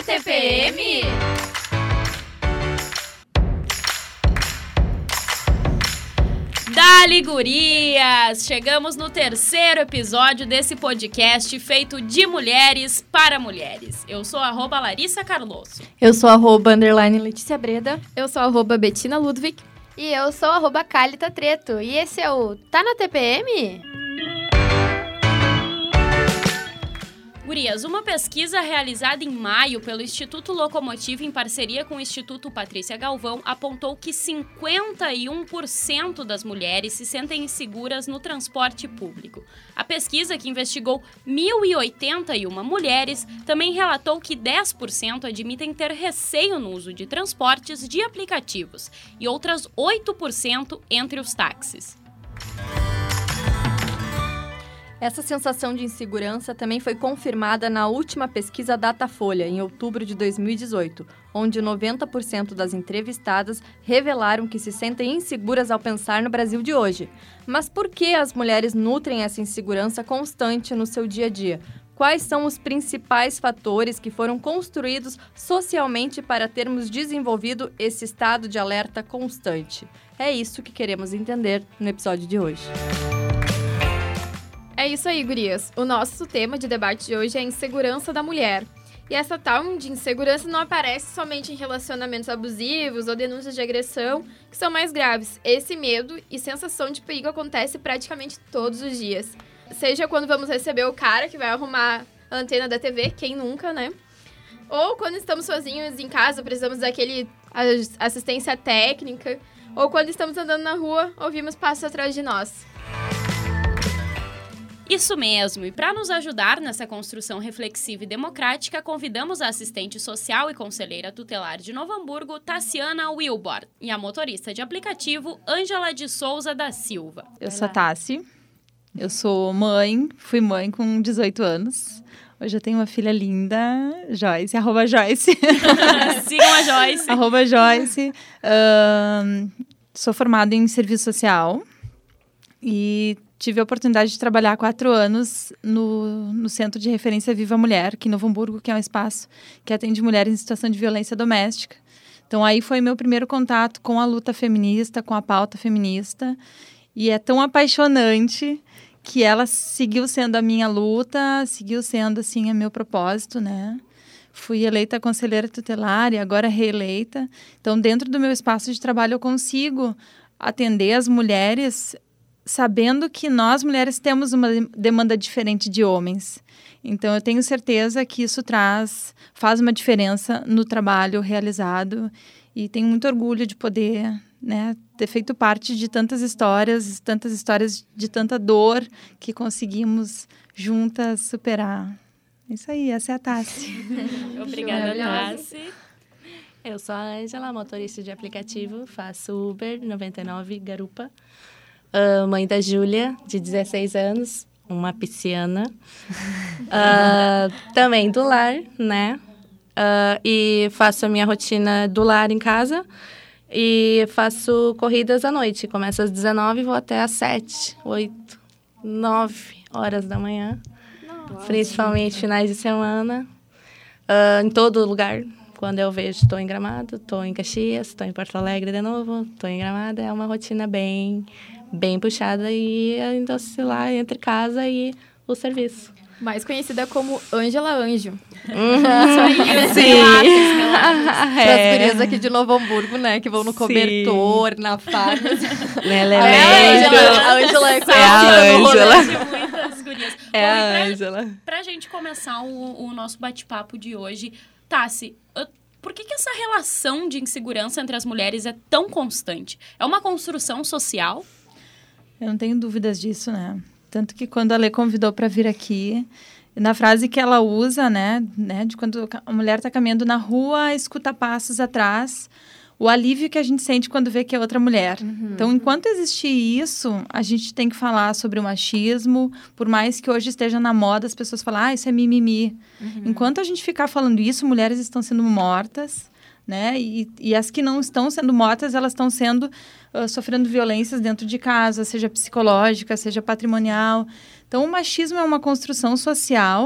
TPM? Dali, gurias! Chegamos no terceiro episódio desse podcast feito de mulheres para mulheres. Eu sou @Larissa Carlosso. Eu sou @_Letícia Breda. Eu sou @Bettina Ludwig. E eu sou @Calita Treto. E esse é o Tá na TPM? Gurias, uma pesquisa realizada em maio pelo Instituto Locomotiva em parceria com o Instituto Patrícia Galvão apontou que 51% das mulheres se sentem inseguras no transporte público. A pesquisa, que investigou 1.081 mulheres, também relatou que 10% admitem ter receio no uso de transportes de aplicativos e outras 8% entre os táxis. Essa sensação de insegurança também foi confirmada na última pesquisa Datafolha, em outubro de 2018, onde 90% das entrevistadas revelaram que se sentem inseguras ao pensar no Brasil de hoje. Mas por que as mulheres nutrem essa insegurança constante no seu dia a dia? Quais são os principais fatores que foram construídos socialmente para termos desenvolvido esse estado de alerta constante? É isso que queremos entender no episódio de hoje. É isso aí, gurias. O nosso tema de debate de hoje é a insegurança da mulher. E essa tal de insegurança não aparece somente em relacionamentos abusivos ou denúncias de agressão, que são mais graves. Esse medo e sensação de perigo acontece praticamente todos os dias. Seja quando vamos receber o cara que vai arrumar a antena da TV, quem nunca, né? Ou quando estamos sozinhos em casa, precisamos daquele assistência técnica. Ou quando estamos andando na rua, ouvimos passos atrás de nós. Isso mesmo, e para nos ajudar nessa construção reflexiva e democrática, convidamos a assistente social e conselheira tutelar de Novo Hamburgo, Tassiana Wilbord, e a motorista de aplicativo, Ângela de Souza da Silva. Eu sou a Tassi, eu sou mãe, fui mãe com 18 anos. Hoje eu tenho uma filha linda, Joyce, @Joyce. Sigam a Joyce. @Joyce. Sou formada em serviço social e tive a oportunidade de trabalhar há 4 anos no Centro de Referência Viva Mulher, aqui em Novo Hamburgo, que é um espaço que atende mulheres em situação de violência doméstica. Então, aí foi meu primeiro contato com a luta feminista, com a pauta feminista. E é tão apaixonante que ela seguiu sendo a minha luta, seguiu sendo, assim, o meu propósito, né? Fui eleita conselheira tutelar e agora reeleita. Então, dentro do meu espaço de trabalho, eu consigo atender as mulheres sabendo que nós, mulheres, temos uma demanda diferente de homens. Então, eu tenho certeza que isso faz uma diferença no trabalho realizado e tenho muito orgulho de poder, né, ter feito parte de tantas histórias de tanta dor que conseguimos juntas superar. Isso aí, essa é a Tassi. Obrigada, Tassi. Eu sou a Ângela, motorista de aplicativo, faço Uber 99 Garupa. Mãe da Júlia, de 16 anos, uma pisciana. Também do lar, né? E faço a minha rotina do lar em casa. E faço corridas à noite. Começo às 19 e vou até às 7, 8, 9 horas da manhã. Nossa. Principalmente finais de semana. Em todo lugar. Quando eu vejo, estou em Gramado, estou em Caxias, estou em Porto Alegre de novo, estou em Gramado. É uma rotina bem puxada e ainda oscilar entre casa e o serviço. Mais conhecida como Ângela Anjo. Isso aí, sim. Para as gurias aqui de Novo Hamburgo, né? Que vão no cobertor, na farmácia. Ela é a Ângela é muitas gurias. É a Ângela. Pra gente começar o nosso bate-papo de hoje, Tassi, por que essa relação de insegurança entre as mulheres é tão constante? É uma construção social? Eu não tenho dúvidas disso, né? Tanto que quando a Lê convidou para vir aqui, na frase que ela usa, né, de quando a mulher está caminhando na rua, escuta passos atrás, o alívio que a gente sente quando vê que é outra mulher. Uhum. Então, enquanto existir isso, a gente tem que falar sobre o machismo, por mais que hoje esteja na moda as pessoas falam, isso é mimimi. Uhum. Enquanto a gente ficar falando isso, mulheres estão sendo mortas, né? E as que não estão sendo mortas, elas estão sofrendo violências dentro de casa, seja psicológica, seja patrimonial. Então, o machismo é uma construção social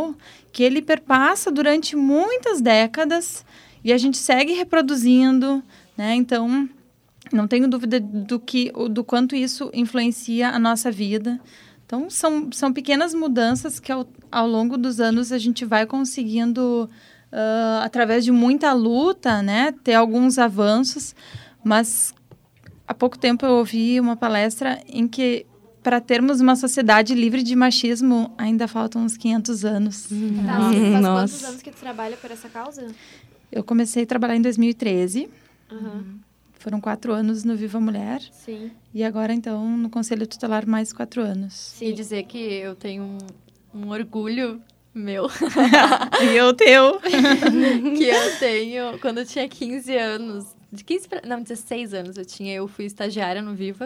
que ele perpassa durante muitas décadas e a gente segue reproduzindo, né? Então, não tenho dúvida do quanto isso influencia a nossa vida. Então, são pequenas mudanças que ao longo dos anos a gente vai conseguindo, através de muita luta, né, ter alguns avanços. Mas há pouco tempo eu ouvi uma palestra em que, para termos uma sociedade livre de machismo, ainda faltam uns 500 anos. Tá, faz quantos anos que tu trabalha por essa causa? Eu comecei a trabalhar em 2013. Uhum. Foram 4 anos no Viva Mulher. Sim. E agora, então, no Conselho Tutelar, mais 4 anos. Sim. E dizer que eu tenho um orgulho meu. E eu teu. Que eu tenho... Quando eu tinha 15 anos... De 16 anos eu fui estagiária no Viva.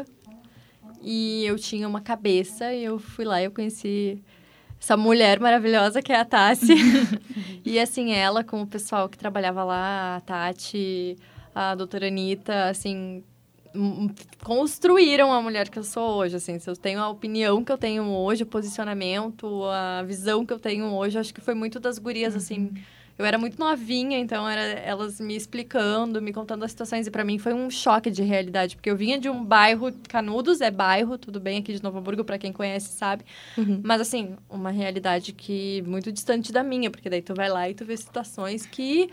E eu tinha uma cabeça e eu fui lá e eu conheci essa mulher maravilhosa que é a Tassi. E assim, ela com o pessoal que trabalhava lá, a Tati, a doutora Anitta, assim, construíram a mulher que eu sou hoje, assim. Se eu tenho a opinião que eu tenho hoje, o posicionamento, a visão que eu tenho hoje, acho que foi muito das gurias, assim. Eu era muito novinha, então era elas me explicando, me contando as situações. E pra mim foi um choque de realidade, porque eu vinha de um bairro, Canudos é bairro, tudo bem, aqui de Novo Hamburgo, pra quem conhece sabe. Mas assim, uma realidade que muito distante da minha, porque daí tu vai lá e tu vê situações que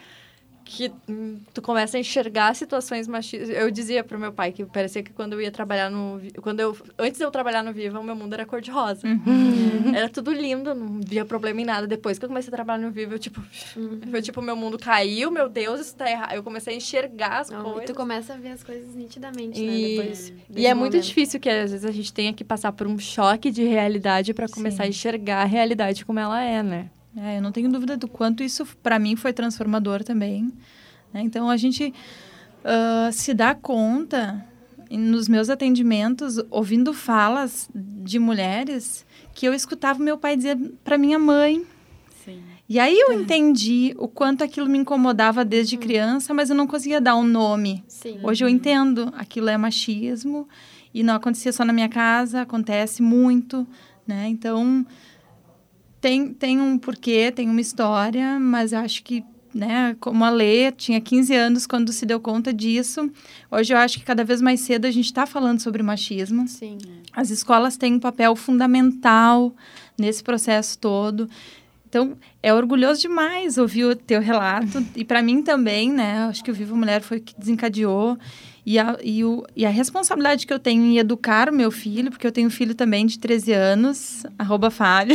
tu começa a enxergar situações machistas. Eu dizia pro meu pai que parecia que quando eu ia trabalhar antes de eu trabalhar no Viva, o meu mundo era cor-de-rosa. Era tudo lindo, não via problema em nada. Depois que eu comecei a trabalhar no Viva, meu mundo caiu, meu Deus, isso tá errado. Eu comecei a enxergar as coisas. E tu começa a ver as coisas nitidamente, E, né? Depois e é muito difícil que às vezes a gente tenha que passar por um choque de realidade para começar a enxergar a realidade como ela é, né? Eu não tenho dúvida do quanto isso, para mim, foi transformador também. Né? Então, a gente se dá conta, nos meus atendimentos, ouvindo falas de mulheres, que eu escutava meu pai dizer para minha mãe. Sim. E aí eu entendi o quanto aquilo me incomodava desde criança, mas eu não conseguia dar um nome. Sim. Hoje eu entendo, aquilo é machismo, e não acontecia só na minha casa, acontece muito, né? Então... Tem um porquê, tem uma história, mas eu acho que, né, como a Lê tinha 15 anos quando se deu conta disso, hoje eu acho que cada vez mais cedo a gente está falando sobre machismo. Sim. As escolas têm um papel fundamental nesse processo todo. Então, é orgulhoso demais ouvir o teu relato. E para mim também, né, acho que o Viva Mulher foi o que desencadeou. E a responsabilidade que eu tenho em educar o meu filho, porque eu tenho um filho também de 13 anos, @Fábio.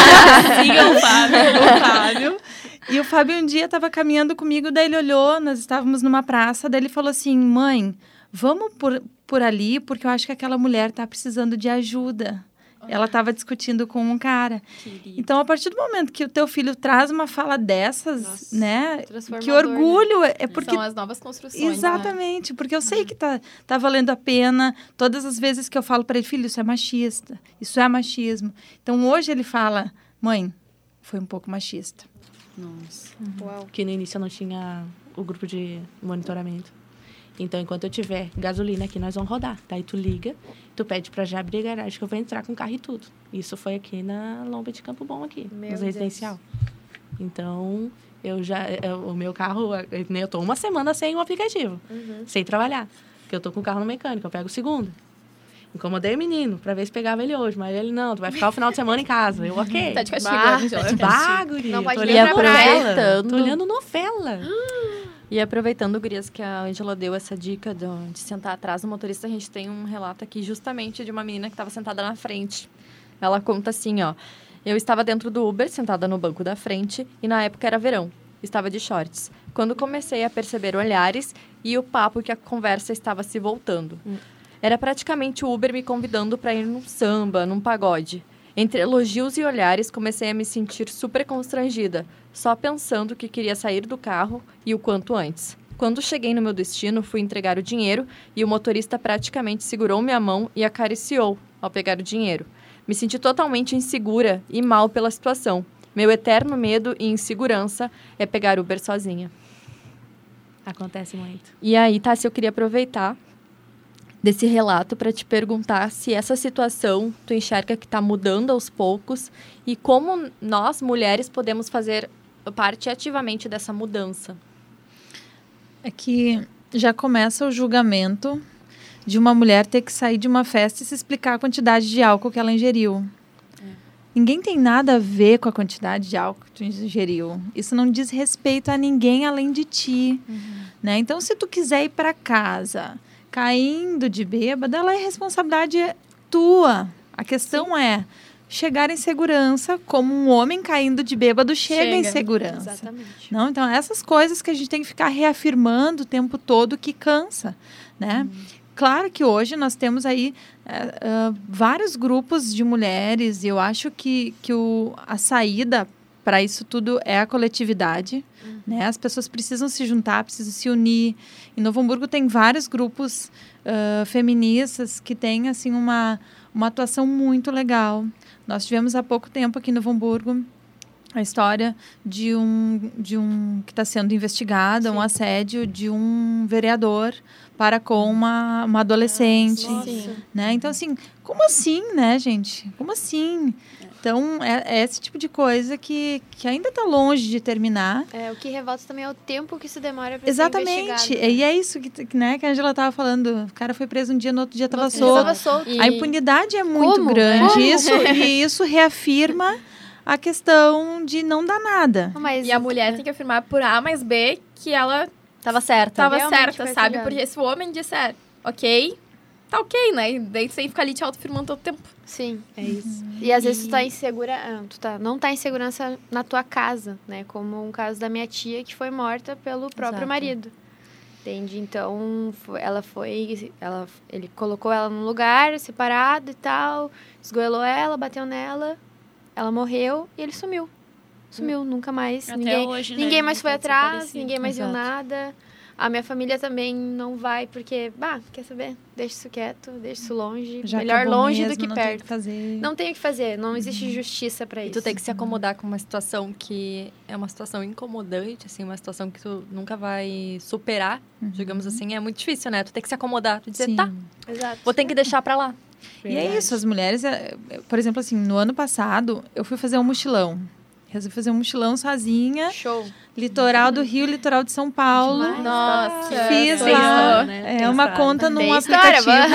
Sigam o Fábio. E o Fábio um dia estava caminhando comigo, daí ele olhou, nós estávamos numa praça, daí ele falou assim, mãe, vamos por ali, porque eu acho que aquela mulher está precisando de ajuda. Ela estava discutindo com um cara. Querido. Então, a partir do momento que o teu filho traz uma fala dessas, Nossa, né? transformador, Que orgulho, é porque... São as novas construções, Exatamente, porque eu sei que tá valendo a pena. Todas as vezes que eu falo para ele, filho, isso é machista, isso é machismo. Então, hoje ele fala, mãe, foi um pouco machista. Nossa. Uau. Que no início eu não tinha o grupo de monitoramento. Então, enquanto eu tiver gasolina aqui, nós vamos rodar. Daí tu liga, tu pede pra já abrir a garagem que eu vou entrar com o carro e tudo. Isso foi aqui na Lomba de Campo Bom, aqui, Meu no Deus. residencial. Então, o meu carro, eu tô uma semana sem o aplicativo, sem trabalhar. Porque eu tô com o carro no mecânico, eu pego o segundo. Incomodei o menino pra ver se pegava ele hoje, mas ele não, tu vai ficar o final de semana em casa. Eu, ok. Tá de castigo, Bah, Angela. Guri, Não pode tô nem olhando pra praia. novela. Tô olhando novela. E aproveitando, gurias, que a Angela deu essa dica de sentar atrás do motorista, a gente tem um relato aqui justamente de uma menina que estava sentada na frente. Ela conta assim, ó. Eu estava dentro do Uber, sentada no banco da frente, e na época era verão. Estava de shorts. Quando comecei a perceber olhares e o papo que a conversa estava se voltando. Era praticamente o Uber me convidando para ir num samba, num pagode. Entre elogios e olhares, comecei a me sentir super constrangida, só pensando que queria sair do carro e o quanto antes. Quando cheguei no meu destino, fui entregar o dinheiro e o motorista praticamente segurou minha mão e acariciou ao pegar o dinheiro. Me senti totalmente insegura e mal pela situação. Meu eterno medo e insegurança é pegar Uber sozinha. Acontece muito. E aí, Tassi, eu queria aproveitar desse relato para te perguntar se essa situação tu enxerga que está mudando aos poucos e como nós, mulheres, podemos fazer parte ativamente dessa mudança. É que já começa o julgamento de uma mulher ter que sair de uma festa e se explicar a quantidade de álcool que ela ingeriu. Ninguém tem nada a ver com a quantidade de álcool que tu ingeriu. Isso não diz respeito a ninguém além de ti. Né? Então, se tu quiser ir para casa caindo de bêbada, ela é responsabilidade tua. A questão é chegar em segurança, como um homem caindo de bêbado chega em segurança. Exatamente. Não? Então, essas coisas que a gente tem que ficar reafirmando o tempo todo que cansa, né? Claro que hoje nós temos aí vários grupos de mulheres e eu acho que a saída para isso tudo é a coletividade, né? As pessoas precisam se juntar, precisam se unir. Em Novo Hamburgo tem vários grupos feministas que têm assim, uma atuação muito legal. Nós tivemos há pouco tempo aqui em Novo Hamburgo a história de um que está sendo investigado, um assédio de um vereador para com uma adolescente. Né? Então, assim, como assim, né, gente? Como assim? Então, é esse tipo de coisa que ainda está longe de terminar. O que revolta também é o tempo que isso demora para ser Exatamente. investigado. Né? E é isso que a Angela estava falando. O cara foi preso um dia, no outro dia estava Tava solto. solto. A impunidade é muito Como? grande. Como? E isso reafirma a questão de não dar nada. Mas E a mulher tem que afirmar por A mais B que ela Tava certa. tava Realmente certa, foi sabe? julgada. Porque se o homem disser, ok, tá ok, né? E daí você fica ali te autoafirmando todo o tempo. Sim. É isso. E às vezes tu tá insegura, não tá em segurança na tua casa, né? Como um caso da minha tia que foi morta pelo próprio Exato. marido. Entende? Então, ele colocou ela num lugar separado e tal, esgoelou ela, bateu nela, ela morreu e ele sumiu. Sumiu, nunca mais. Até hoje, né? Ninguém mais foi Tá atrás, desaparecido. ninguém mais viu Exato. nada. A minha família também não vai, porque, quer saber? Deixa isso quieto, deixa isso longe. Já Melhor acabou longe mesmo, do que não tem o perto. que fazer. Não tem o que fazer, não existe justiça pra E isso. tu tem que se acomodar com uma situação que é uma situação incomodante, assim, uma situação que tu nunca vai superar, digamos assim. É muito difícil, né? Tu tem que se acomodar, tu dizer, Sim. tá, Exato. vou ter que deixar pra lá. E é isso, as mulheres, por exemplo, assim, no ano passado, eu fui fazer um mochilão. Resolvi fazer um mochilão sozinha, Show. litoral do Rio, litoral de São Paulo. Nossa, Fiz foi lá, isso, né? é uma Tem conta num Tem história, aplicativo.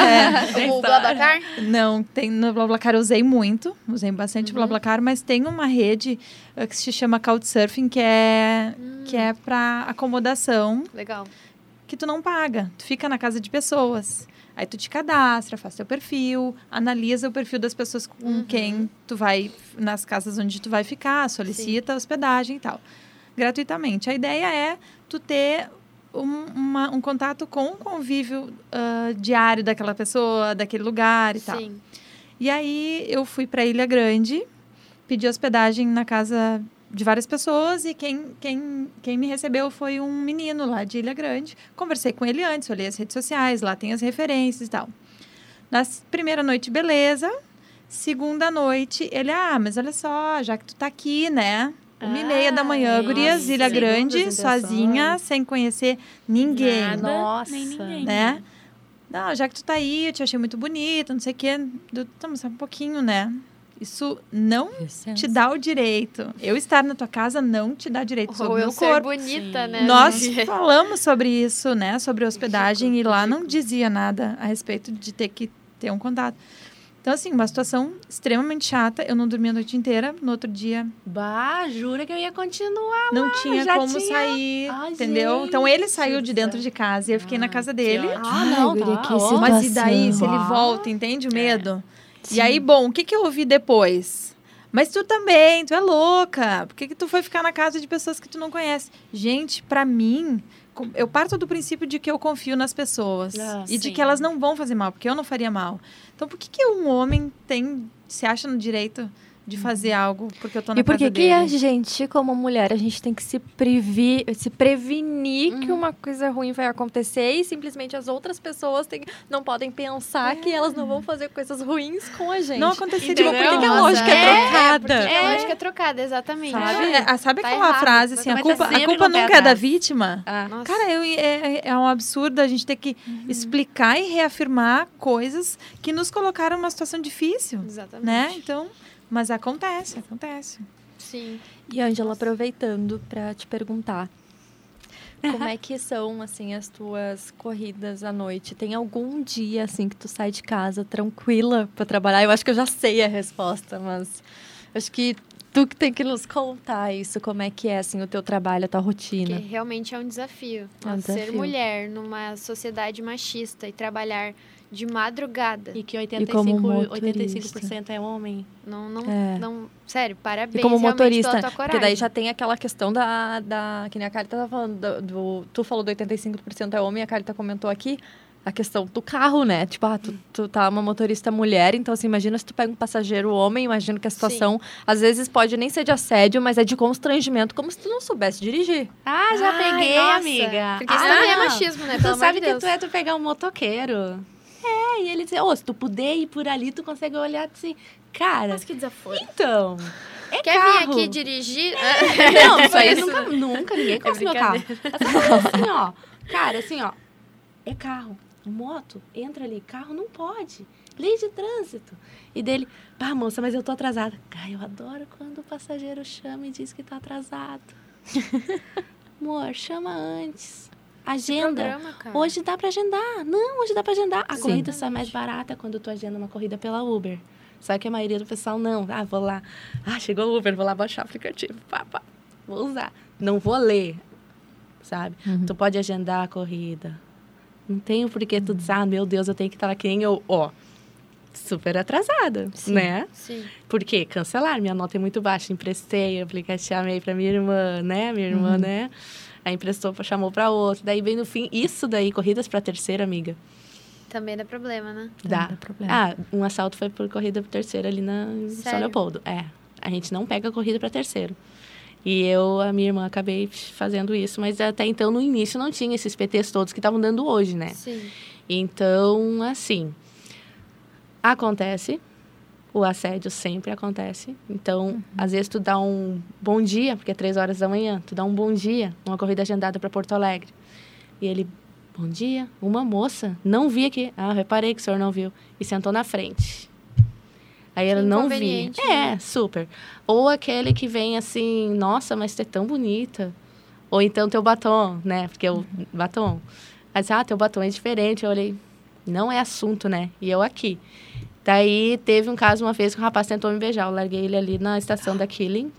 O BlaBlaCar? Não, tem no BlaBlaCar eu usei muito, usei bastante BlaBlaCar, mas tem uma rede que se chama Couchsurfing, que é para acomodação, Legal. que tu não paga, tu fica na casa de pessoas. Aí tu te cadastra, faz teu perfil, analisa o perfil das pessoas com quem tu vai, nas casas onde tu vai ficar, solicita hospedagem e tal, gratuitamente. A ideia é tu ter um contato com o convívio diário daquela pessoa, daquele lugar e tal. Sim. E aí eu fui para Ilha Grande, pedi hospedagem na casa de várias pessoas e quem me recebeu foi um menino lá de Ilha Grande. Conversei com ele antes, olhei as redes sociais, lá tem as referências e tal. Na primeira noite, beleza. Segunda noite, ele, mas olha só, já que tu tá aqui, né? 1h30 da manhã, gurias, Ilha Grande, segundas sozinha, intenções. sem conhecer ninguém. Nada, Nossa. nem ninguém. Né? Não, já que tu tá aí, eu te achei muito bonita, não sei o quê. Estamos só um pouquinho, né? Isso não te dá o direito. Eu estar na tua casa não te dá direito sobre Ou o eu meu ser corpo. bonita, Sim. né? Nós falamos sobre isso, né? Sobre hospedagem e lá não dizia nada a respeito de ter que ter um contato. Então, assim, uma situação extremamente chata. Eu não dormi a noite inteira. No outro dia, Bah, jura que eu ia continuar. não tinha já como tinha. sair, Ai, entendeu? Então, ele gente saiu de do dentro céu. de casa e eu fiquei na casa dele. Ah, não, tá. ó. Mas e daí, se ele Ah. volta, entende o medo? E aí, bom, o que eu ouvi depois? Mas tu também, tu é louca. Por que tu foi ficar na casa de pessoas que tu não conhece? Gente, pra mim, eu parto do princípio de que eu confio nas pessoas. E de sim. que elas não vão fazer mal, porque eu não faria mal. Então, por que um homem se acha no direito de fazer algo porque eu tô na E por casa que a dele. gente, como mulher, a gente tem que se prevenir que uma coisa ruim vai acontecer e simplesmente as outras pessoas não podem pensar que elas não vão fazer coisas ruins com a gente. Não aconteceria. Tipo, por que que a Nossa, lógica é trocada? A lógica é trocada, exatamente. Sabe Tá aquela errado. frase assim, Você a vai culpa, estar sempre a culpa com o pé nunca é da atrás. vítima? Ah. Nossa. Cara, é um absurdo a gente ter que explicar e reafirmar coisas que nos colocaram numa situação difícil, Exatamente. né? Então, mas acontece. Sim. E, Ângela, aproveitando para te perguntar, como é que são, assim, as tuas corridas à noite? Tem algum dia, assim, que tu sai de casa tranquila para trabalhar? Eu acho que eu já sei a resposta, mas acho que tu que tem que nos contar isso, como é que é, assim, o teu trabalho, a tua rotina. Porque realmente é um desafio. É um Ser desafio. mulher numa sociedade machista e trabalhar de madrugada. E que como 85% é homem. Não, sério, parabéns E como realmente motorista, pela tua coragem. porque daí já tem aquela questão que nem a Carita tava falando, tu falou do 85% é homem, a Carita comentou aqui, a questão do carro, né? Tipo, tu tá uma motorista mulher, então assim, imagina se tu pega um passageiro homem, imagino que a situação, às vezes, pode nem ser de assédio, mas é de constrangimento, como se tu não soubesse dirigir. Ah, já Ai, peguei, nossa. amiga. Porque isso também é machismo, né? Pelo Tu amor sabe de que Deus. tu pegar um motoqueiro. E ele diz, se tu puder ir por ali, tu consegue olhar assim, cara, Mas que desaforo. então, Quer carro. vir aqui dirigir? Não, isso aí Isso. nunca ninguém conseguiu meu carro. Assim, ó, cara, assim, ó, é carro, moto, entra ali, carro não pode, lei de trânsito. E dele, pá, moça, mas eu tô atrasada. Cara, eu adoro quando o passageiro chama e diz que tá atrasado. Amor, chama antes. Agenda. Programa, cara. Hoje dá pra agendar. Não, hoje dá pra agendar. A Sim. corrida sai mais barata quando tu agenda uma corrida pela Uber. Só que a maioria do pessoal não. Ah, vou lá. Ah, chegou o Uber, vou lá baixar o aplicativo. Pá, pá. Vou usar. Não vou ler, sabe? Tu pode agendar a corrida. Não tem por que tu dizer, meu Deus, eu tenho que estar lá que nem eu. Ó, super atrasada, né? Sim. Por quê? Cancelar. Minha nota é muito baixa. Emprestei o aplicativo, chamei pra minha irmã, né? Minha irmã, né? Aí emprestou, chamou pra outra. Daí, bem no fim, isso daí, corridas pra terceira, amiga. Também dá problema, né? Dá. dá problema. Ah, um assalto foi por corrida pra terceira ali em São Sério? Leopoldo. É. A gente não pega corrida pra terceiro. E a minha irmã, acabei fazendo isso. Mas até então, no início, não tinha esses PTs todos que estavam dando hoje, né? Sim. Então, assim, acontece. O assédio sempre acontece. Então, às vezes tu dá um bom dia, porque é 3 horas da manhã, tu dá um bom dia, uma corrida agendada para Porto Alegre. E ele, bom dia, uma moça, não vi aqui. Ah, reparei que o senhor não viu. E sentou na frente. Aí ela não via. inconveniente, É, né? super. Ou aquele que vem assim, nossa, mas tu é tão bonita. Ou então teu batom, né? Porque o batom. Aí, teu batom é diferente. Eu olhei, não é assunto, né? E eu aqui. Daí, teve um caso uma vez que o rapaz tentou me beijar. Eu larguei ele ali na estação da Kipling.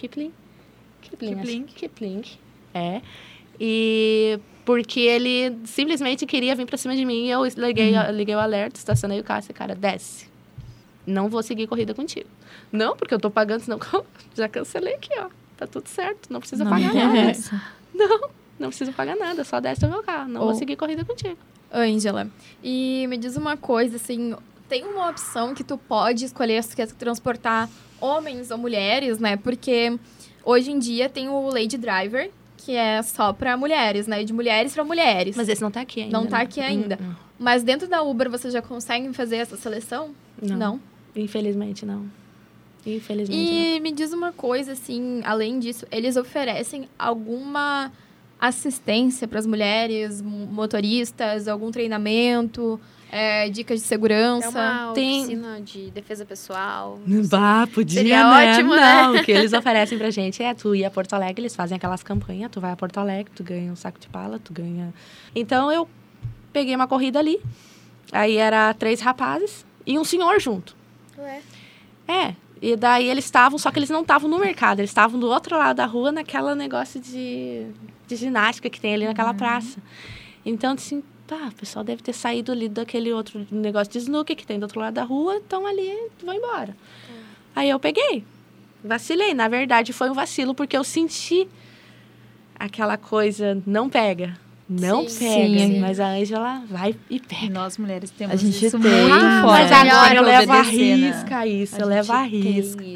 É. E porque ele simplesmente queria vir pra cima de mim. E eu liguei o alerta, estacionei o carro e disse, cara, desce. Não vou seguir corrida contigo. Não, porque eu tô pagando, senão já cancelei aqui, ó. Tá tudo certo, não precisa pagar nada. Não precisa pagar nada, só desce o meu carro. Não vou seguir corrida contigo. Ângela, e me diz uma coisa, assim, tem uma opção que tu pode escolher se tu quer transportar homens ou mulheres, né? Porque hoje em dia tem o Lady Driver, que é só pra mulheres, né? De mulheres pra mulheres. Mas esse não tá aqui ainda. Não tá né? aqui ainda. Mas dentro da Uber, você já consegue fazer essa seleção? Não. Infelizmente, não. Infelizmente, não. E me diz uma coisa, assim, além disso, eles oferecem alguma assistência para as mulheres motoristas, algum treinamento, dicas de É segurança? uma Tem- oficina de defesa pessoal. Bah, podia, Seria né? ótimo, né? Não, o que eles oferecem pra gente é tu ir a Porto Alegre, eles fazem aquelas campanhas, tu vai a Porto Alegre, tu ganha um saco de pala, tu ganha... Então, eu peguei uma corrida ali, aí era 3 rapazes e um senhor junto. Ué. E daí eles estavam, só que eles não estavam no mercado, eles estavam do outro lado da rua, naquela negócio de ginástica que tem ali naquela praça. Então, assim, o pessoal deve ter saído ali daquele outro negócio de snooker que tem do outro lado da rua, então ali, vão embora. Aí eu peguei, vacilei. Na verdade, foi um vacilo, porque eu senti aquela coisa, não pega. Não Sim, pega, sim. mas a Ângela vai e E pega. nós mulheres temos A gente isso tem. muito Ah, forte. Mas agora Tem eu que levo a obedecer, né? risca isso, A eu levo a gente tem risca. isso.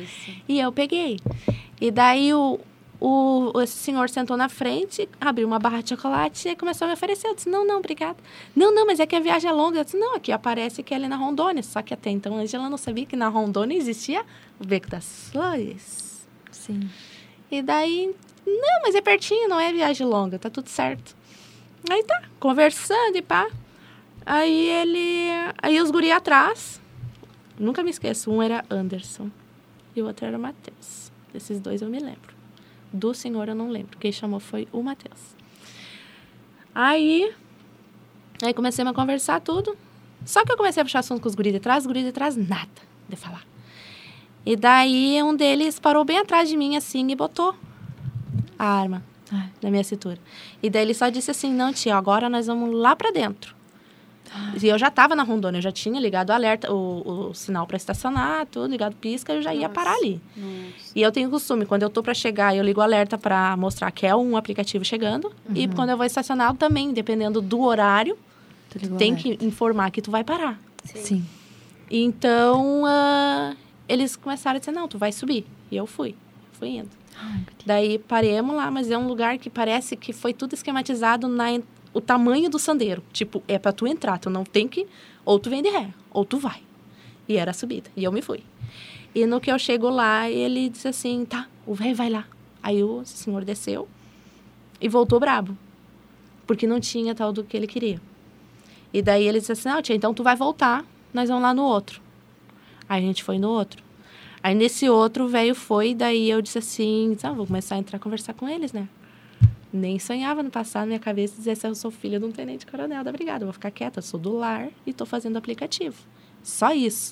E eu peguei. E daí esse senhor sentou na frente, abriu uma barra de chocolate e começou a me oferecer. Eu disse, não, obrigada. Não, mas é que a viagem é longa. Eu disse, não, aqui aparece que é ali na Rondônia. Só que até então a Ângela não sabia que na Rondônia existia o Beco das Flores. Sim. E daí, não, mas é pertinho, não é viagem longa, tá tudo certo. Aí tá, conversando e pá. Aí os guri atrás, nunca me esqueço, um era Anderson e o outro era Matheus. Desses dois eu me lembro. Do senhor eu não lembro, quem chamou foi o Matheus. Aí comecei a conversar tudo. Só que eu comecei a puxar assunto com os guri de trás nada de falar. E daí um deles parou bem atrás de mim assim e botou a arma na minha cintura. E daí ele só disse assim, não, tia, agora nós vamos lá pra dentro. E eu já tava na Rondônia, eu já tinha ligado o alerta, o sinal para estacionar, tudo, ligado pisca, eu já ia parar ali. Nossa. E eu tenho costume, quando eu tô para chegar, eu ligo o alerta para mostrar que é um aplicativo chegando. E quando eu vou estacionar também, dependendo do horário, tem que informar que tu vai parar. Sim. Então, eles começaram a dizer, não, tu vai subir. E eu fui indo. Daí paremos lá, mas é um lugar que parece que foi tudo esquematizado o tamanho do sandeiro. Tipo, é pra tu entrar, tu não tem que... Ou tu vem de ré, ou tu vai. E era a subida. E eu me fui. E no que eu chego lá, ele disse assim, tá, o velho vai lá. Aí o senhor desceu e voltou brabo. Porque não tinha tal do que ele queria. E daí ele disse assim, não, tia, então tu vai voltar, nós vamos lá no outro. Aí a gente foi no outro. Aí nesse outro, o velho foi, daí eu disse assim, vou começar a entrar a conversar com eles, né? Nem sonhava no passado, na minha cabeça, dizer se eu sou filha de um tenente-coronel da brigada. Eu vou ficar quieta, eu sou do lar e tô fazendo aplicativo. Só isso.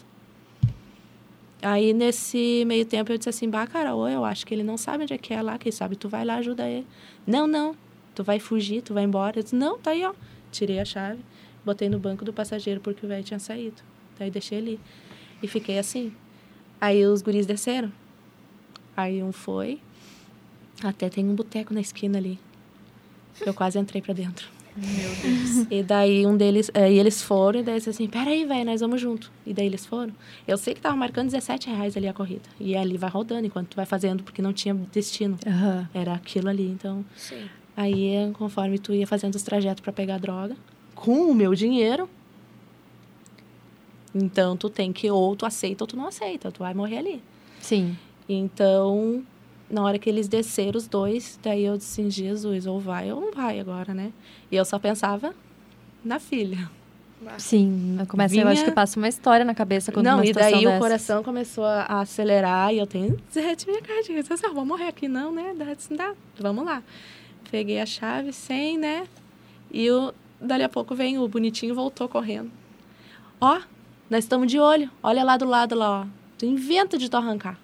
Aí, nesse meio tempo, eu disse assim, Carol, eu acho que ele não sabe onde é que é lá, quem sabe tu vai lá, ajuda ele. Não, tu vai fugir, tu vai embora. Eu disse, não, tá aí, ó. Tirei a chave, botei no banco do passageiro porque o velho tinha saído. Daí deixei ali. E fiquei assim. Aí os guris desceram. Aí um foi. Até tem um boteco na esquina ali. Eu quase entrei pra dentro. Meu Deus. E daí um deles... Aí eles foram e daí disse assim, peraí, velho, nós vamos junto. E daí eles foram. Eu sei que tava marcando R$17 ali a corrida. E ali vai rodando enquanto tu vai fazendo, porque não tinha destino. Era aquilo ali, então... Sim. Aí, conforme tu ia fazendo os trajetos pra pegar droga, com o meu dinheiro, então tu tem que ou tu aceita ou tu não aceita. Tu vai morrer ali. Sim. Então... Na hora que eles desceram os dois, daí eu disse assim, Jesus, ou vai ou não vai agora, né? E eu só pensava na filha. Sim, eu acho que passa uma história na cabeça quando não, uma e situação daí dessas. O coração começou a acelerar e eu tenho minha cardíaca. Eu disse assim, vou morrer aqui, não, né? Dá, vamos lá. Peguei a chave, sem, né? E dali a pouco vem o bonitinho, voltou correndo. Ó, nós estamos de olho. Olha lá do lado, lá, ó. Tu inventa de tu arrancar.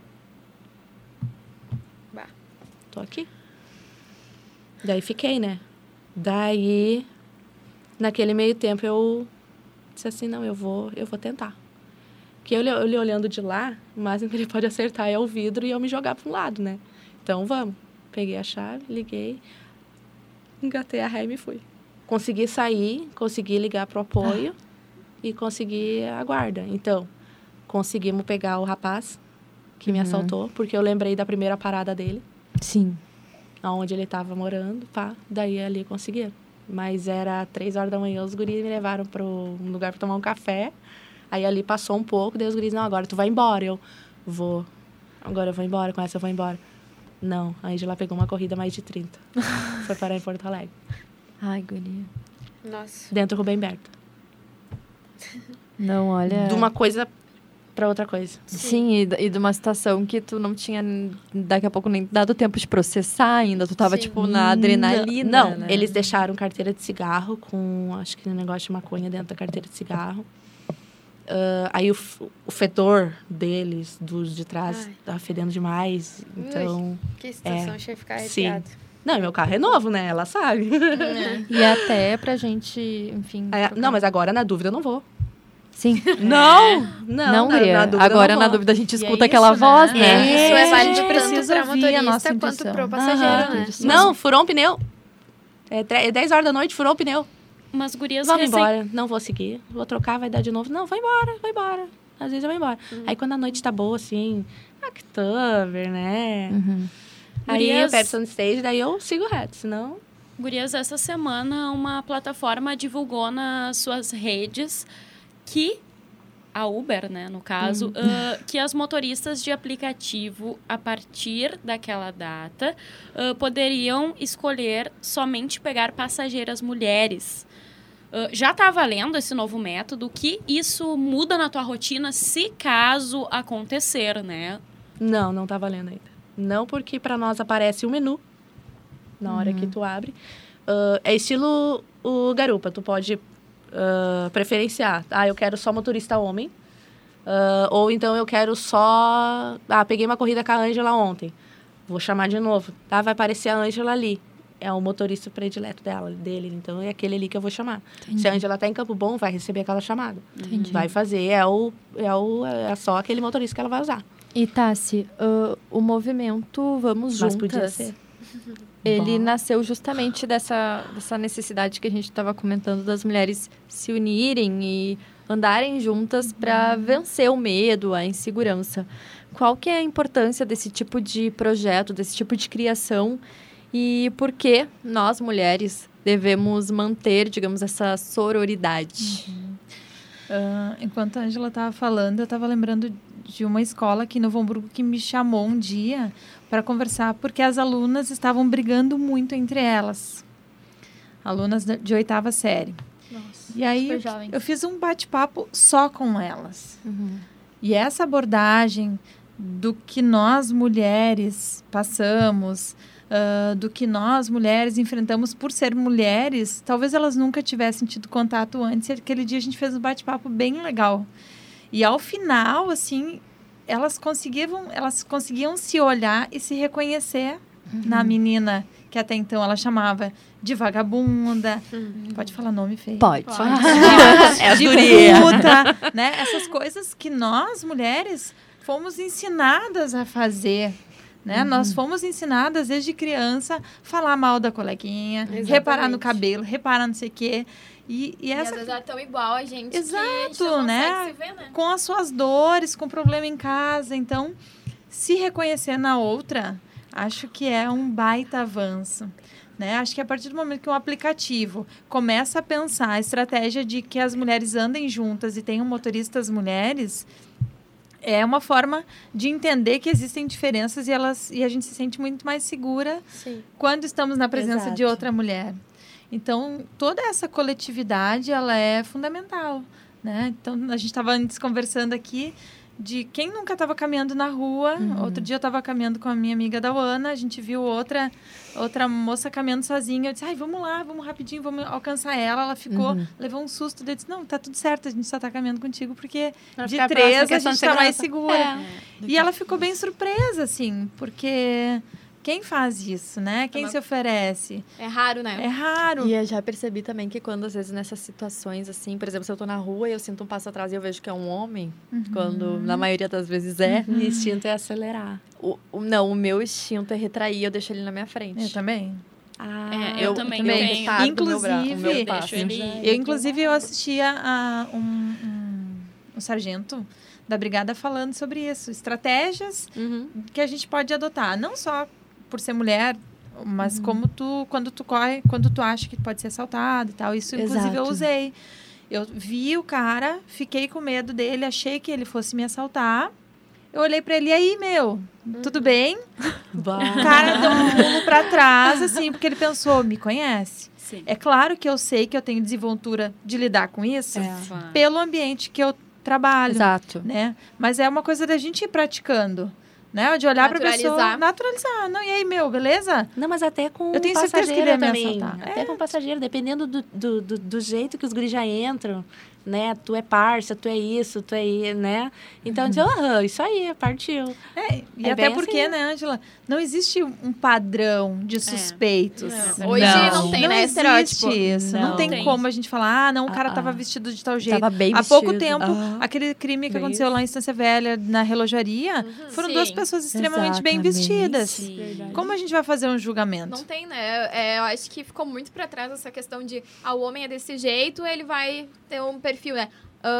Tô aqui. Daí fiquei, né? Daí, naquele meio tempo, eu disse assim, não, eu vou tentar. Porque ele olhando de lá, o máximo que ele pode acertar é o vidro e eu me jogar para um lado, né? Então, vamos. Peguei a chave, liguei, engatei a ré e me fui. Consegui sair, consegui ligar pro apoio e consegui a guarda. Então, conseguimos pegar o rapaz que me assaltou, porque eu lembrei da primeira parada dele. Sim. Onde ele estava morando, pá. Daí ali conseguiram. Mas era 3 horas da manhã, os guris me levaram para um lugar para tomar um café. Aí ali passou um pouco, daí os guris, não, agora tu vai embora. Eu vou. Agora eu vou embora, com essa eu vou embora. Não, a Ângela pegou uma corrida mais de 30. Foi parar em Porto Alegre. Ai, guria. Nossa. Dentro do Rubem Berta. Não, olha... De uma coisa para outra coisa. Sim, e de uma situação que tu não tinha, daqui a pouco, nem dado tempo de processar ainda. Tu tava, Sim. tipo, na adrenalina, Não, né? eles deixaram carteira de cigarro com, acho que um negócio de maconha dentro da carteira de cigarro. Aí o fedor deles, dos de trás, Ai. tava fedendo demais. Então... Que situação, achei ficar sim. arrepiado. Não, meu carro é novo, né? Ela sabe. E até pra gente, enfim... Não, mas agora, na dúvida, eu não vou. Sim. Não, guria. dúvida, Agora, eu não na vou. dúvida, a gente E escuta é aquela isso, voz, né? né? Isso é válido a gente tanto precisa pra ouvir a nossa motorista quanto intuição. pro passageiro, né? Não, furou um pneu. É 10 horas da noite, furou o pneu. Mas gurias Vamos embora, não vou seguir. Vou trocar, vai dar de novo. Não, vai embora. às vezes eu vou embora. Aí quando a noite tá boa, assim, October, né? Aí eu Gurias- pego on stage, daí eu sigo reto, senão... Gurias, essa semana uma plataforma divulgou nas suas redes que a Uber, né, no caso, que as motoristas de aplicativo, a partir daquela data, poderiam escolher somente pegar passageiras mulheres. Já está valendo esse novo método? O que isso muda na tua rotina se caso acontecer, né? Não tá valendo ainda. Não, porque para nós aparece um menu na hora que tu abre. É estilo o garupa. Tu pode preferenciar. Eu quero só motorista homem. Ou então eu quero só... peguei uma corrida com a Ângela ontem. Vou chamar de novo. Vai aparecer a Ângela ali. É o motorista predileto dele. Então, é aquele ali que eu vou chamar. Se a Ângela tá em Campo Bom, vai receber aquela chamada. Vai fazer. É só aquele motorista que ela vai usar. E, Tassi, o movimento Vamos Mas Juntas, podia ser. ele nasceu justamente dessa necessidade que a gente estava comentando das mulheres se unirem e andarem juntas para vencer o medo, a insegurança. Qual que é a importância desse tipo de projeto, desse tipo de criação e por que nós, mulheres, devemos manter, digamos, essa sororidade? Enquanto a Ângela estava falando, eu estava lembrando de uma escola aqui em Novo Hamburgo que me chamou um dia para conversar, porque as alunas estavam brigando muito entre elas. Alunas de 8ª série. Nossa, E aí super jovens. eu fiz um bate-papo só com elas. E essa abordagem do que nós mulheres passamos, do que nós mulheres enfrentamos por ser mulheres, talvez elas nunca tivessem tido contato antes. E aquele dia a gente fez um bate-papo bem legal. E ao final, assim, elas conseguiam se olhar e se reconhecer na menina que até então ela chamava de vagabunda. Pode falar nome feio? Pode. De puta, né? Essas coisas que nós, mulheres, fomos ensinadas a fazer. Né? Nós fomos ensinadas desde criança falar mal da coleguinha, reparar no cabelo, reparar não sei o quê. E E às essa vezes é tão igual a gente que a gente Exato, não né? consegue se ver, né? com as suas dores, com problema em casa. Então, se reconhecer na outra, acho que é um baita avanço. Né? Acho que a partir do momento que um aplicativo começa a pensar a estratégia de que as mulheres andem juntas e tenham motoristas mulheres, é uma forma de entender que existem diferenças e a gente se sente muito mais segura quando estamos na presença de outra mulher. Então, toda essa coletividade, ela é fundamental, né? Então, a gente estava antes conversando aqui de quem nunca estava caminhando na rua. Outro dia eu estava caminhando com a minha amiga da Ana, a gente viu outra moça caminhando sozinha. Eu disse, vamos lá, vamos rapidinho, vamos alcançar ela. Ela ficou, levou um susto. Eu disse, não, tá tudo certo, a gente só tá caminhando contigo porque de 3 a gente tá mais segura. E ela ficou bem surpresa, assim, porque... Quem faz isso, né? Quem se oferece? É raro, né? É raro. E eu já percebi também que quando, às vezes, nessas situações, assim, por exemplo, se eu tô na rua e eu sinto um passo atrás e eu vejo que é um homem, quando, na maioria das vezes, O instinto é acelerar. Não, o meu instinto é retrair, eu deixo ele na minha frente. Eu também. Eu também eu tenho. retardo Inclusive, o meu eu passo. deixo ele... Eu assistia a um sargento da brigada falando sobre isso. Estratégias que a gente pode adotar. Não só por ser mulher, mas quando tu corre, quando tu acha que pode ser assaltado e tal. Isso, inclusive, eu Exato. usei. Eu vi o cara, fiquei com medo dele, achei que ele fosse me assaltar. Eu olhei pra ele, e aí, meu, tudo bem? O cara deu um pulo pra trás, assim, porque ele pensou, me conhece. Sim. É claro que eu sei que eu tenho desenvoltura de lidar com isso Claro. pelo ambiente que eu trabalho, Exato. né? Mas é uma coisa da gente ir praticando, né? De olhar pra pessoa, Naturalizar. naturalizar. Não, e aí, meu, beleza? Não, mas até com Eu tenho certeza que passageiro ele ia me também. assaltar. Até com passageiro, dependendo do jeito que os guris já entram, né? Tu é parça, tu é isso, tu é... né? Então, isso aí, partiu. E É até bem porque, assim. né, Ângela? Não existe um padrão de suspeitos. Hoje não tem, né, existe estereótipo. isso. Não, Não. tem Tem. como a gente falar, o cara tava vestido de tal jeito. Tava bem Há pouco vestido. tempo, aquele crime que bem aconteceu lá em Estância Velha, na relojaria, foram Sim. 2 pessoas extremamente bem Exatamente. vestidas. Sim. Como a gente vai fazer um julgamento? Não tem, né? Eu acho que ficou muito pra trás essa questão de o homem é desse jeito, ele vai ter um perfil, né?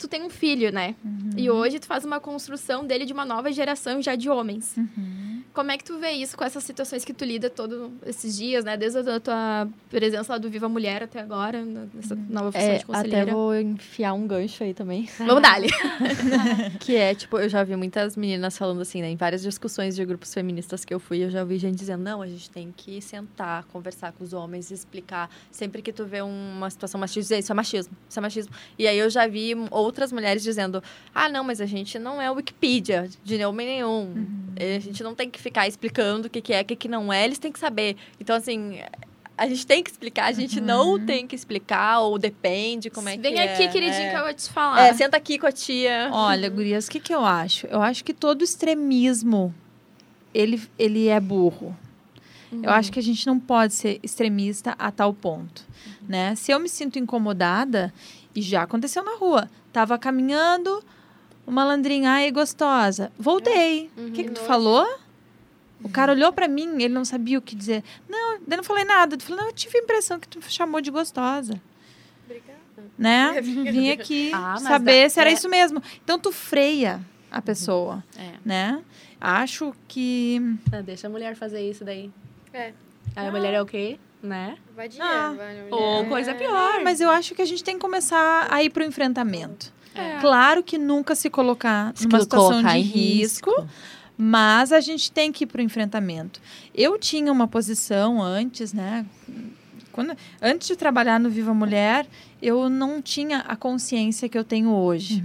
tu tem um filho, né? E hoje tu faz uma construção dele de uma nova geração já de homens. Como é que tu vê isso com essas situações que tu lida todos esses dias, né? Desde a tua presença lá do Viva Mulher até agora, nessa nova função de conselheira. Até vou enfiar um gancho aí também. Vamos dar-lhe. Que é, tipo, eu já vi muitas meninas falando assim, né? Em várias discussões de grupos feministas que eu fui, eu já ouvi gente dizendo, não, a gente tem que sentar, conversar com os homens, explicar. Sempre que tu vê uma situação machista, dizer, isso é machismo, isso é machismo. E aí eu já vi outras mulheres dizendo, não, mas a gente não é o Wikipedia de homem nenhum. A gente não tem que ficar explicando o que é, o que não é, eles têm que saber. Então, assim, a gente tem que explicar, a gente não tem que explicar, ou depende como é que é. Vem aqui, queridinha, que eu vou te falar. Senta aqui com a tia. Olha, gurias, o que eu acho? Eu acho que todo extremismo, ele é burro. Eu acho que a gente não pode ser extremista a tal ponto, né? Se eu me sinto incomodada, e já aconteceu na rua, tava caminhando, uma malandrinha, ai, gostosa, voltei. O que tu falou? O cara olhou pra mim, ele não sabia o que dizer. Não, eu não falei nada. Eu falei, não, eu tive a impressão que tu chamou de gostosa. Obrigada. Né? Vim aqui saber se era isso mesmo. Então, tu freia a pessoa, né? Acho que... Deixa a mulher fazer isso daí. É. Aí a mulher é o quê? Né? Vai de Ou coisa pior. Mas eu acho que a gente tem que começar a ir pro enfrentamento. Claro que nunca se colocar numa situação de risco, mas a gente tem que ir pro enfrentamento. Eu tinha uma posição antes, né? Antes de trabalhar no Viva Mulher, eu não tinha a consciência que eu tenho hoje.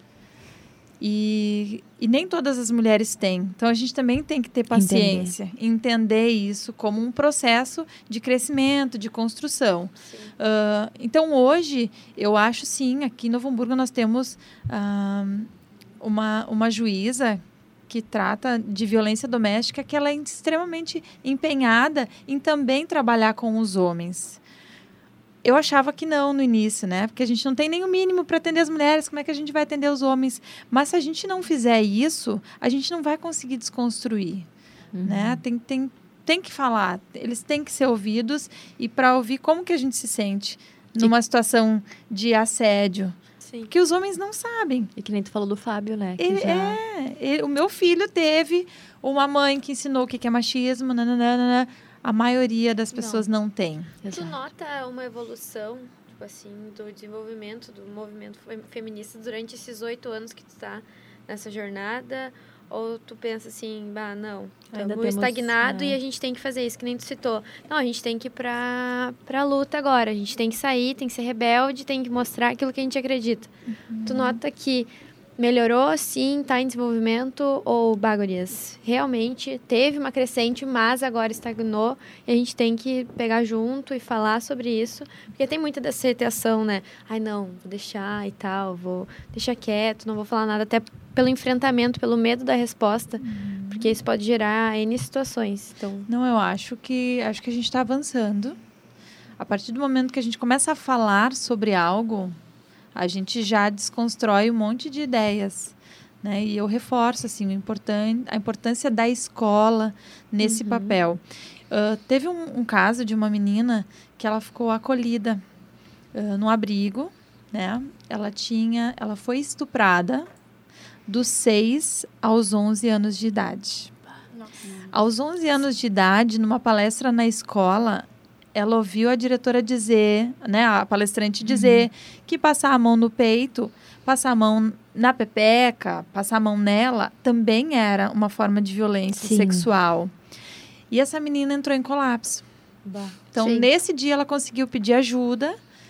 E nem todas as mulheres têm. Então, a gente também tem que ter paciência. Entender isso como um processo de crescimento, de construção. Então, hoje, eu acho, sim, aqui em Novo Hamburgo, nós temos uma juíza que trata de violência doméstica, que ela é extremamente empenhada em também trabalhar com os homens. Eu achava que não no início, né? Porque a gente não tem nem o mínimo para atender as mulheres, como é que a gente vai atender os homens? Mas se a gente não fizer isso, a gente não vai conseguir desconstruir, né? Tem que falar, eles têm que ser ouvidos e para ouvir como que a gente se sente numa situação de assédio. Sim. Porque os homens não sabem. E que nem tu falou do Fábio, né? O meu filho teve uma mãe que ensinou o que é machismo, nananana. A maioria das pessoas não tem. Tu nota uma evolução, tipo assim, do desenvolvimento do movimento feminista durante esses 8 anos que tu tá nessa jornada? Ou tu pensa assim, não, estamos estagnados e a gente tem que fazer isso, que nem tu citou. Não, a gente tem que ir pra luta agora. A gente tem que sair, tem que ser rebelde, tem que mostrar aquilo que a gente acredita. Tu nota que melhorou, sim, está em desenvolvimento ou, gurias, realmente teve uma crescente, mas agora estagnou e a gente tem que pegar junto e falar sobre isso, porque tem muita dessa aceitação, né? Ai, não, vou deixar e tal, vou deixar quieto, não vou falar nada, até pelo enfrentamento, pelo medo da resposta, porque isso pode gerar N situações. Então... Não, eu acho que a gente está avançando. A partir do momento que a gente começa a falar sobre algo, a gente já desconstrói um monte de ideias, né? E eu reforço assim, a importância da escola nesse papel. Teve um caso de uma menina que ela ficou acolhida num abrigo, né? Ela foi estuprada dos 6 aos 11 anos de idade. Nossa. Aos 11 anos de idade, numa palestra na escola, ela ouviu a diretora dizer, né, a palestrante dizer que passar a mão no peito, passar a mão na pepeca, passar a mão nela, também era uma forma de violência sexual. E essa menina entrou em colapso. Então, nesse dia, ela conseguiu pedir ajuda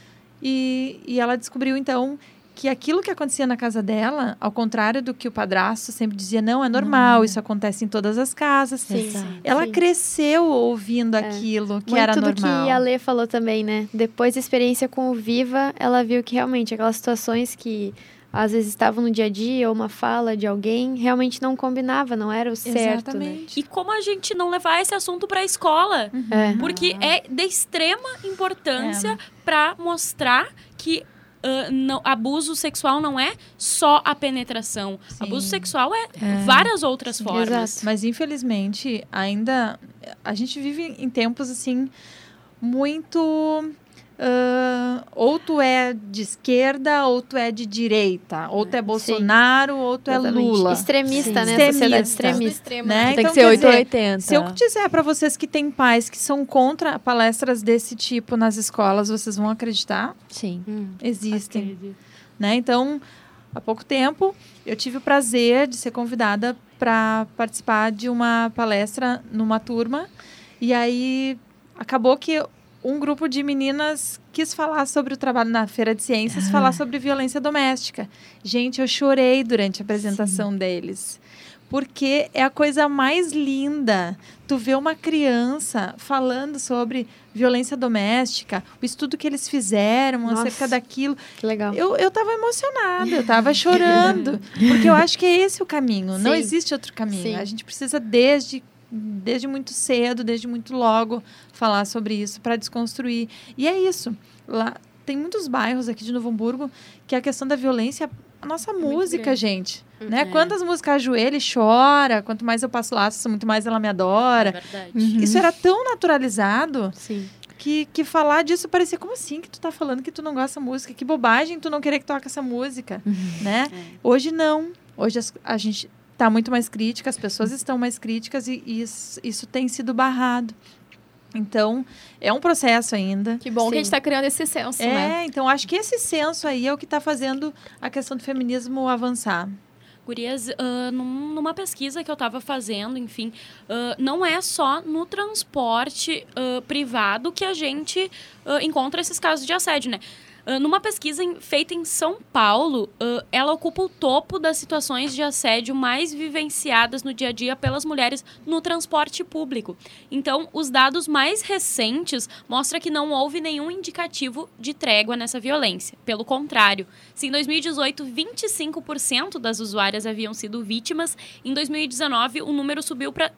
e ela descobriu, então, que aquilo que acontecia na casa dela, ao contrário do que o padrasto sempre dizia, não, é normal, isso acontece em todas as casas. Ela cresceu ouvindo aquilo que era normal. Muito do que a Lê falou também, né? Depois da experiência com o Viva, ela viu que realmente aquelas situações que às vezes estavam no dia a dia, ou uma fala de alguém, realmente não combinava, não era o certo. Exatamente. Né? E como a gente não levar esse assunto para a escola? Porque é de extrema importância para mostrar que abuso sexual não é só a penetração. Abuso sexual é várias outras formas. Exato. Mas, infelizmente, ainda a gente vive em tempos, assim, muito ou tu é de esquerda, ou tu é de direita, ou tu é Bolsonaro, ou tu é Lula. Extremista, Sim. né? Sociedade Extremista. extremista. Né? Tem Então, que ser quer 8 ou dizer, 80. se eu disser para vocês que têm pais que são contra palestras desse tipo nas escolas, vocês vão acreditar? Sim. Existem. Né? Então, há pouco tempo, eu tive o prazer de ser convidada para participar de uma palestra numa turma. E aí, acabou que um grupo de meninas quis falar sobre o trabalho na Feira de Ciências, falar sobre violência doméstica. Gente, eu chorei durante a apresentação deles. Porque é a coisa mais linda. Tu vê uma criança falando sobre violência doméstica, o estudo que eles fizeram acerca daquilo. Que legal. Eu tava emocionada, eu tava chorando. Porque eu acho que é esse o caminho. Não Sim. existe outro caminho. Sim. A gente precisa desde muito cedo, desde muito logo, falar sobre isso para desconstruir. E é isso. Lá tem muitos bairros aqui de Novo Hamburgo que a questão da violência, a nossa música, grande. gente. Né? Quantas músicas ajoelha e chora, quanto mais eu passo laço, muito mais ela me adora. É verdade. Isso era tão naturalizado Sim. que falar disso parecia, como assim que tu tá falando que tu não gosta da música? Que bobagem tu não querer que toque essa música, né? Hoje não. Hoje a gente tá muito mais crítica, as pessoas estão mais críticas e isso tem sido barrado. Então, é um processo ainda. Que bom que a gente tá criando esse senso, né? Então acho que esse senso aí é o que tá fazendo a questão do feminismo avançar. Gurias, numa pesquisa que eu estava fazendo, enfim, não é só no transporte privado que a gente encontra esses casos de assédio, né? Numa pesquisa feita em São Paulo, ela ocupa o topo das situações de assédio mais vivenciadas no dia a dia pelas mulheres no transporte público. Então, os dados mais recentes mostram que não houve nenhum indicativo de trégua nessa violência. Pelo contrário, se em 2018 25% das usuárias haviam sido vítimas, em 2019 o número subiu para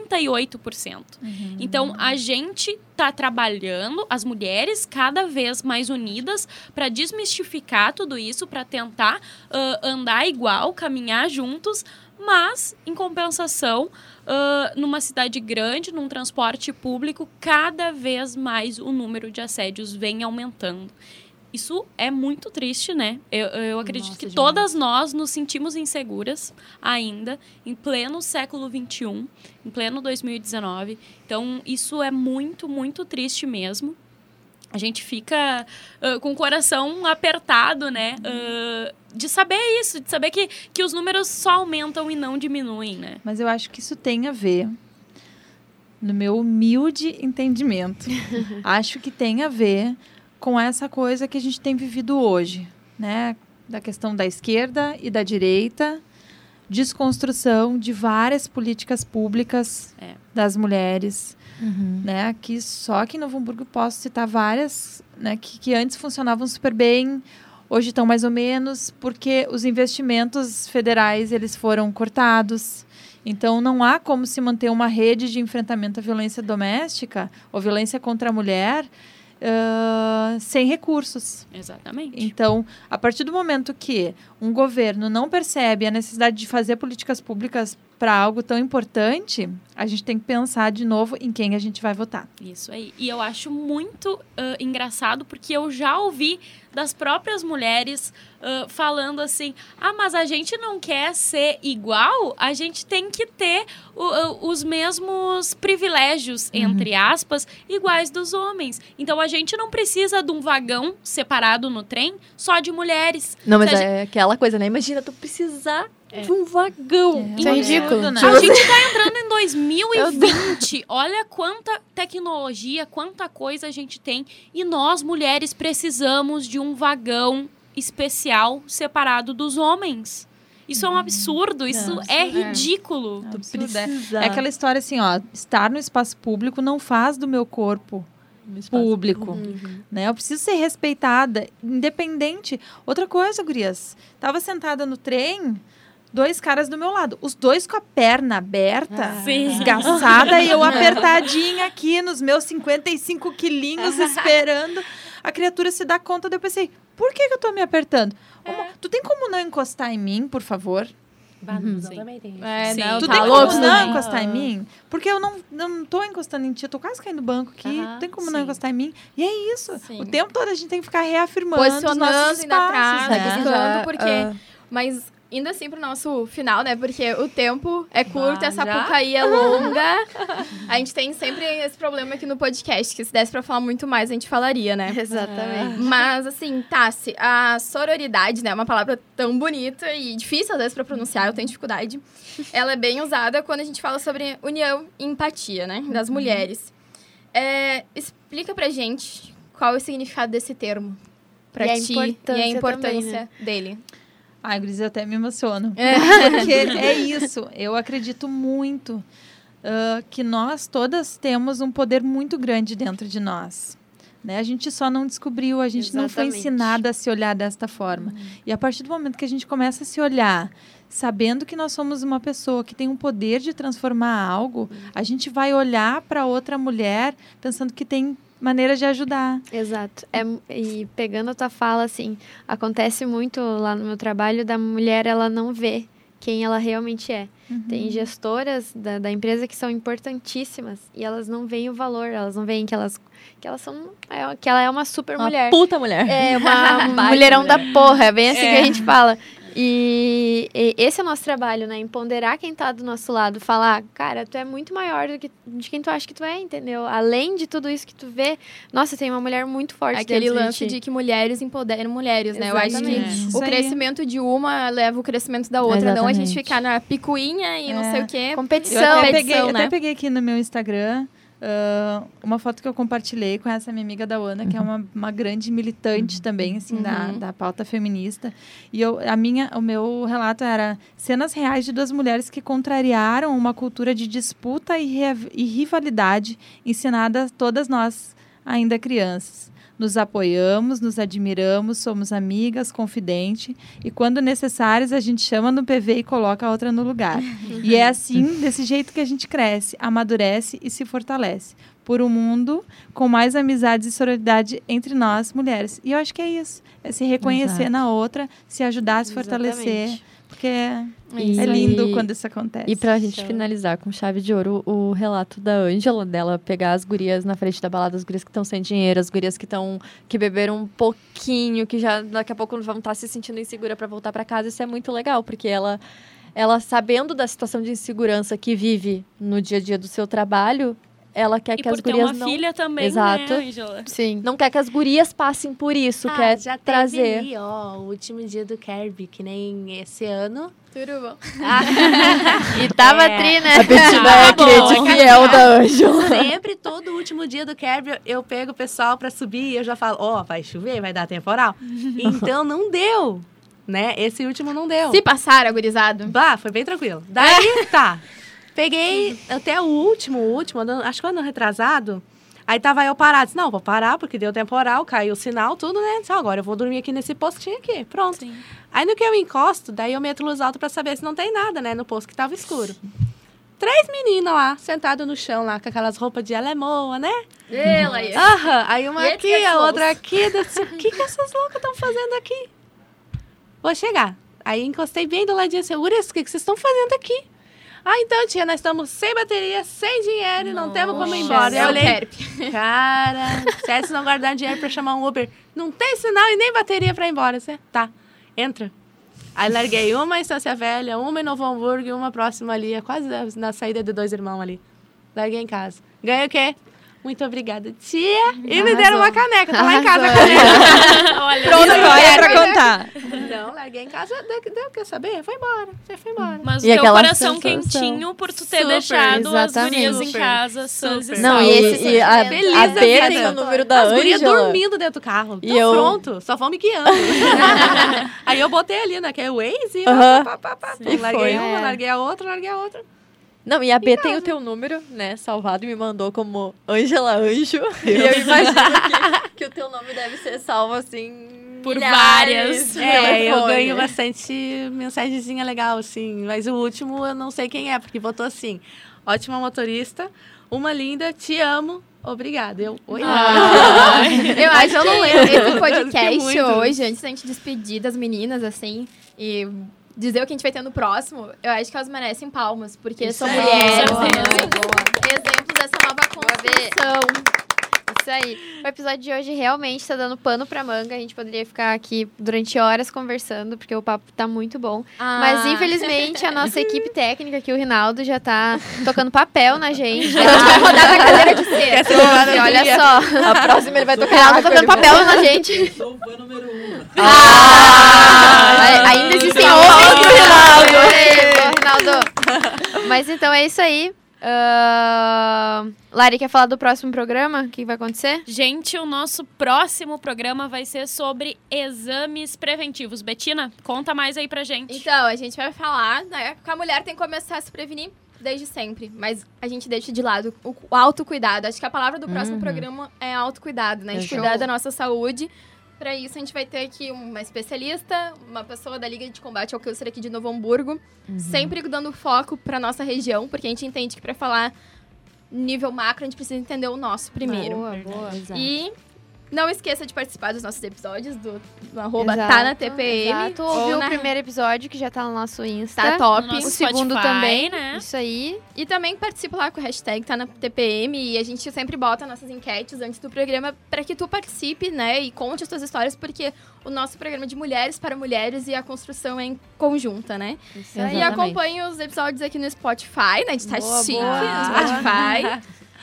38%. Então, a gente está trabalhando, as mulheres cada vez mais unidas para desmistificar tudo isso, para tentar andar igual, caminhar juntos, mas, em compensação, numa cidade grande, num transporte público, cada vez mais o número de assédios vem aumentando. Isso é muito triste, né? Eu acredito que todas nós nos sentimos inseguras ainda, em pleno século XXI, em pleno 2019. Então, isso é muito, muito triste mesmo. A gente fica com o coração apertado, né? De saber isso, de saber que os números só aumentam e não diminuem, né? Mas eu acho que isso tem a ver, no meu humilde entendimento, acho que tem a ver com essa coisa que a gente tem vivido hoje, né? Da questão da esquerda e da direita, desconstrução de várias políticas públicas das mulheres, né? Que só aqui em Novo Hamburgo posso citar várias, né? Que antes funcionavam super bem, hoje estão mais ou menos, porque os investimentos federais eles foram cortados. Então, não há como se manter uma rede de enfrentamento à violência doméstica ou violência contra a mulher sem recursos. Exatamente. Então, a partir do momento que um governo não percebe a necessidade de fazer políticas públicas para algo tão importante, a gente tem que pensar de novo em quem a gente vai votar. Isso aí. E eu acho muito engraçado, porque eu já ouvi das próprias mulheres falando assim, mas a gente não quer ser igual, a gente tem que ter os mesmos privilégios, entre aspas, iguais dos homens. Então, a gente não precisa de um vagão separado no trem só de mulheres. Não, mas é aquela coisa, né? Imagina tu precisar de um vagão. Isso é ridículo. Né? A gente tá entrando em 2020. Olha quanta tecnologia, quanta coisa a gente tem. E nós, mulheres, precisamos de um vagão especial separado dos homens. Isso é um absurdo, isso é ridículo. É aquela história assim, ó, estar no espaço público não faz do meu corpo público, né? Eu preciso ser respeitada, independente. Outra coisa, gurias, tava sentada no trem, 2 caras do meu lado, os 2 com a perna aberta, esgaçada, e eu apertadinha aqui nos meus 55 quilinhos, esperando a criatura se dar conta. Daí eu pensei, por que eu tô me apertando? Tu tem como não encostar em mim, por favor? No busão também tem. Sim. Não, Tu tá tem louco como não também. encostar em mim? Porque eu não tô encostando em ti, eu tô quase caindo no banco aqui. Aham, Tem como não sim. encostar em mim? E é isso. Sim. O tempo todo a gente tem que ficar reafirmando os Posicionando, nossos indo atrás, espaços, né? buscando, porque... Mas indo assim pro nosso final, né? Porque o tempo é curto, essa já? Pucaí é longa. A gente tem sempre esse problema aqui no podcast, que se desse pra falar muito mais, a gente falaria, né? Exatamente. Mas, assim, Tassi, a sororidade, né? É uma palavra tão bonita e difícil, às vezes, pra pronunciar, eu tenho dificuldade. Ela é bem usada quando a gente fala sobre união e empatia, né? Das mulheres. Explica pra gente qual é o significado desse termo pra E a ti importância e a também, importância dele. Ai, Gris, eu até me emociono. Porque é isso. Eu acredito muito que nós todas temos um poder muito grande dentro de nós. Né? A gente só não descobriu, a gente não foi Exatamente. ensinada a se olhar desta forma. E a partir do momento que a gente começa a se olhar, sabendo que nós somos uma pessoa que tem um poder de transformar algo, a gente vai olhar para outra mulher pensando que tem maneira de ajudar. Exato. E pegando a tua fala, assim, acontece muito lá no meu trabalho da mulher, ela não vê quem ela realmente é. Tem gestoras da empresa que são importantíssimas e elas não veem o valor, elas não veem que ela é uma super mulher. Puta mulher. É uma Baita mulherão mulher. da porra, é bem assim que a gente fala. E esse é o nosso trabalho, né? Empoderar quem tá do nosso lado. Falar, cara, tu é muito maior de quem tu acha que tu é, entendeu? Além de tudo isso que tu vê, nossa, tem uma mulher muito forte Aquele dentro lance de de que mulheres empoderam mulheres, né? Eu acho Exatamente. que Isso o aí. crescimento de uma leva o crescimento da outra. Não a gente Exatamente. ficar na picuinha e não sei o quê. Eu competição. né? até peguei aqui no meu Instagram uma foto que eu compartilhei com essa minha amiga da Ana, que é uma grande militante também, assim, da pauta feminista. E o meu relato era cenas reais de duas mulheres que contrariaram uma cultura de disputa e rivalidade ensinada a todas nós, ainda crianças. Nos apoiamos, nos admiramos, somos amigas, confidente, e quando necessários a gente chama no PV e coloca a outra no lugar. E é assim, desse jeito que a gente cresce, amadurece e se fortalece por um mundo com mais amizades e sororidade entre nós, mulheres. E eu acho que é isso, é se reconhecer Exato. na outra, se ajudar a se fortalecer, Exatamente. porque é Isso lindo aí. quando isso acontece. E pra gente finalizar com chave de ouro, o relato da Ângela, dela pegar as gurias na frente da balada, as gurias que estão sem dinheiro, as gurias que beberam um pouquinho, que já daqui a pouco vão estar se sentindo insegura pra voltar pra casa. Isso é muito legal, porque ela sabendo da situação de insegurança que vive no dia a dia do seu trabalho, ela quer E que as por ter gurias uma não... filha também, Exato. né, Ângela? Sim. Não quer que as gurias passem por isso, quer já trazer. teve ali, ó, o último dia do Kirby, que nem esse ano. Tudo bom. E tava tri, né? A Betina é a cliente fiel da Ângela. Sempre, todo último dia do Kirby, eu pego o pessoal pra subir e eu já falo, ó, vai chover, vai dar temporal. Então, não deu, né? Esse último não deu. Se passar, agorizado. Bah, foi bem tranquilo. Daí, tá. Peguei até o último, acho que o ano retrasado. Aí tava eu parada. Disse, não, vou parar, porque deu temporal, caiu o sinal, tudo, né? Disse, agora eu vou dormir aqui nesse posto que tinha aqui. Pronto. Sim. Aí no que eu encosto, daí eu meto luz alta pra saber se não tem nada, né? No posto que tava escuro. 3 meninas lá, sentadas no chão lá, com aquelas roupas de alemoa, né? Ela aí. Aham. Aí uma E aqui, esse a é outra aqui. Eu disse, o que essas loucas estão fazendo aqui? Vou chegar. Aí encostei bem do ladinho assim, Urias, o que vocês estão fazendo aqui? Ah, então, tia, nós estamos sem bateria, sem dinheiro, não temos como ir embora. É Eu o olhei, Kerp. cara, se é se não guardar dinheiro pra chamar um Uber, não tem sinal e nem bateria pra ir embora. Você, tá, entra. Aí larguei uma em Estância Velha, uma em Novo Hamburgo e uma próxima ali, quase na saída de 2 irmãos ali. Larguei em casa. Ganhei o quê? Muito obrigada, tia. E me deram uma caneca, tô lá em casa a caneca. Olha, Pronto, história pra contar. Não, larguei em casa, deu, quer saber? Foi embora, você foi embora. mas o E teu aquela coração sensação. quentinho por tu ter Super, deixado as exatamente. gurias em Super, casa, sãs e super. Não, salvas. e a Feliz B da tem vida. o número da As gurias Ângela. dormindo dentro do carro. E Então eu- pronto, só vão me guiando. Aí eu botei ali, né, que é o Waze, e Aham. eu larguei foi. uma, larguei a outra. Não, e a B tem o teu número, né, salvado, e me mandou como Ângela Anjo. E eu imagino que o teu nome deve ser salvo, assim, Por milhares várias. de É, eu telefone. ganho bastante mensagenzinha legal, assim. Mas o último eu não sei quem é, porque botou assim, ótima motorista, uma linda, te amo, obrigada. Oi? Eu Mas acho eu não que lembro. esse Fiquei podcast muito. hoje, antes da gente despedir das meninas, assim, e dizer o que a gente vai ter no próximo, eu acho que elas merecem palmas, porque Isso são aí. mulheres, Boa, exemplos dessa nova construção. Isso aí. O episódio de hoje realmente tá dando pano pra manga. A gente poderia ficar aqui durante horas conversando, porque o papo tá muito bom. Mas, infelizmente, a nossa equipe técnica aqui, o Rinaldo, já tá tocando papel na gente. A gente vai rodar na cadeira de cera. E olha só. A próxima ele vai O tocar Rinaldo água, tocando ele vai- papel na gente. Sou o fã número 1. Ainda existem homens do Rinaldo. Rinaldo. Mas então é isso aí. Lari, quer falar do próximo programa? O que vai acontecer? Gente, o nosso próximo programa vai ser sobre exames preventivos. Betina, conta mais aí pra gente. Então, a gente vai falar, né, que a mulher tem que começar a se prevenir desde sempre, mas a gente deixa de lado o autocuidado. Acho que a palavra do próximo programa é autocuidado, né? A gente cuidar da nossa saúde. Para isso, a gente vai ter aqui uma especialista, uma pessoa da Liga de Combate ao Câncer aqui de Novo Hamburgo, sempre dando foco para nossa região, porque a gente entende que para falar nível macro, a gente precisa entender o nosso primeiro. Boa. E não esqueça de participar dos nossos episódios do arroba Exato, tá na TPM. Exato. ou Ouviu o na- primeiro episódio, que já tá no nosso Insta. Tá top. No nosso O segundo Spotify, também. né? Isso aí. E também participa lá com o hashtag tá na TPM e a gente sempre bota nossas enquetes antes do programa para que tu participe, né, e conte as tuas histórias, porque o nosso programa é de mulheres para mulheres e a construção é em conjunta, né? Isso E aí. Exatamente. acompanhe os episódios aqui no Spotify, né? A gente tá Boa, chique boa. no Spotify.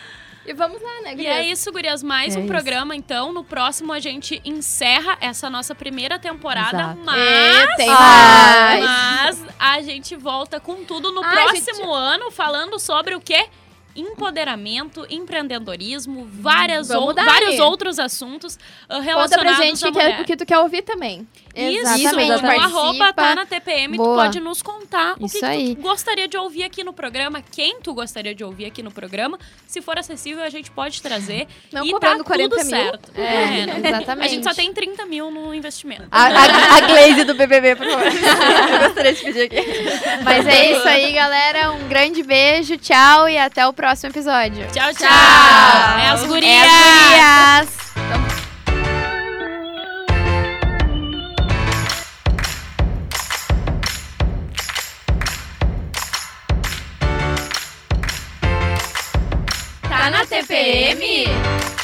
E vamos lá, né, E gurias? é isso, gurias. Mais É um isso. programa, então. No próximo, a gente encerra essa nossa primeira temporada. Exato. Mas... Tem mais. Mas a gente volta com tudo no Ah, próximo ano, falando sobre o quê? Empoderamento, empreendedorismo, vários Dali. outros assuntos Conta relacionados pra gente à mulher. o que tu quer ouvir também. Isso, Exatamente. no arroba Participa. tá na TPM, tu Boa. pode nos contar o Isso que aí. tu gostaria de ouvir aqui no programa, quem tu gostaria de ouvir aqui no programa. Se for acessível, a gente pode trazer. Não e cobrando tá 40 tudo mil. certo. Não. Exatamente. A gente só tem 30 mil no investimento. A Glaze do BBB, por favor. Eu gostaria de pedir aqui. Mas é isso aí, galera. Um grande beijo, tchau e até o próximo episódio. Tchau, tchau. É as gurias. É as gurias. Tá na TPM?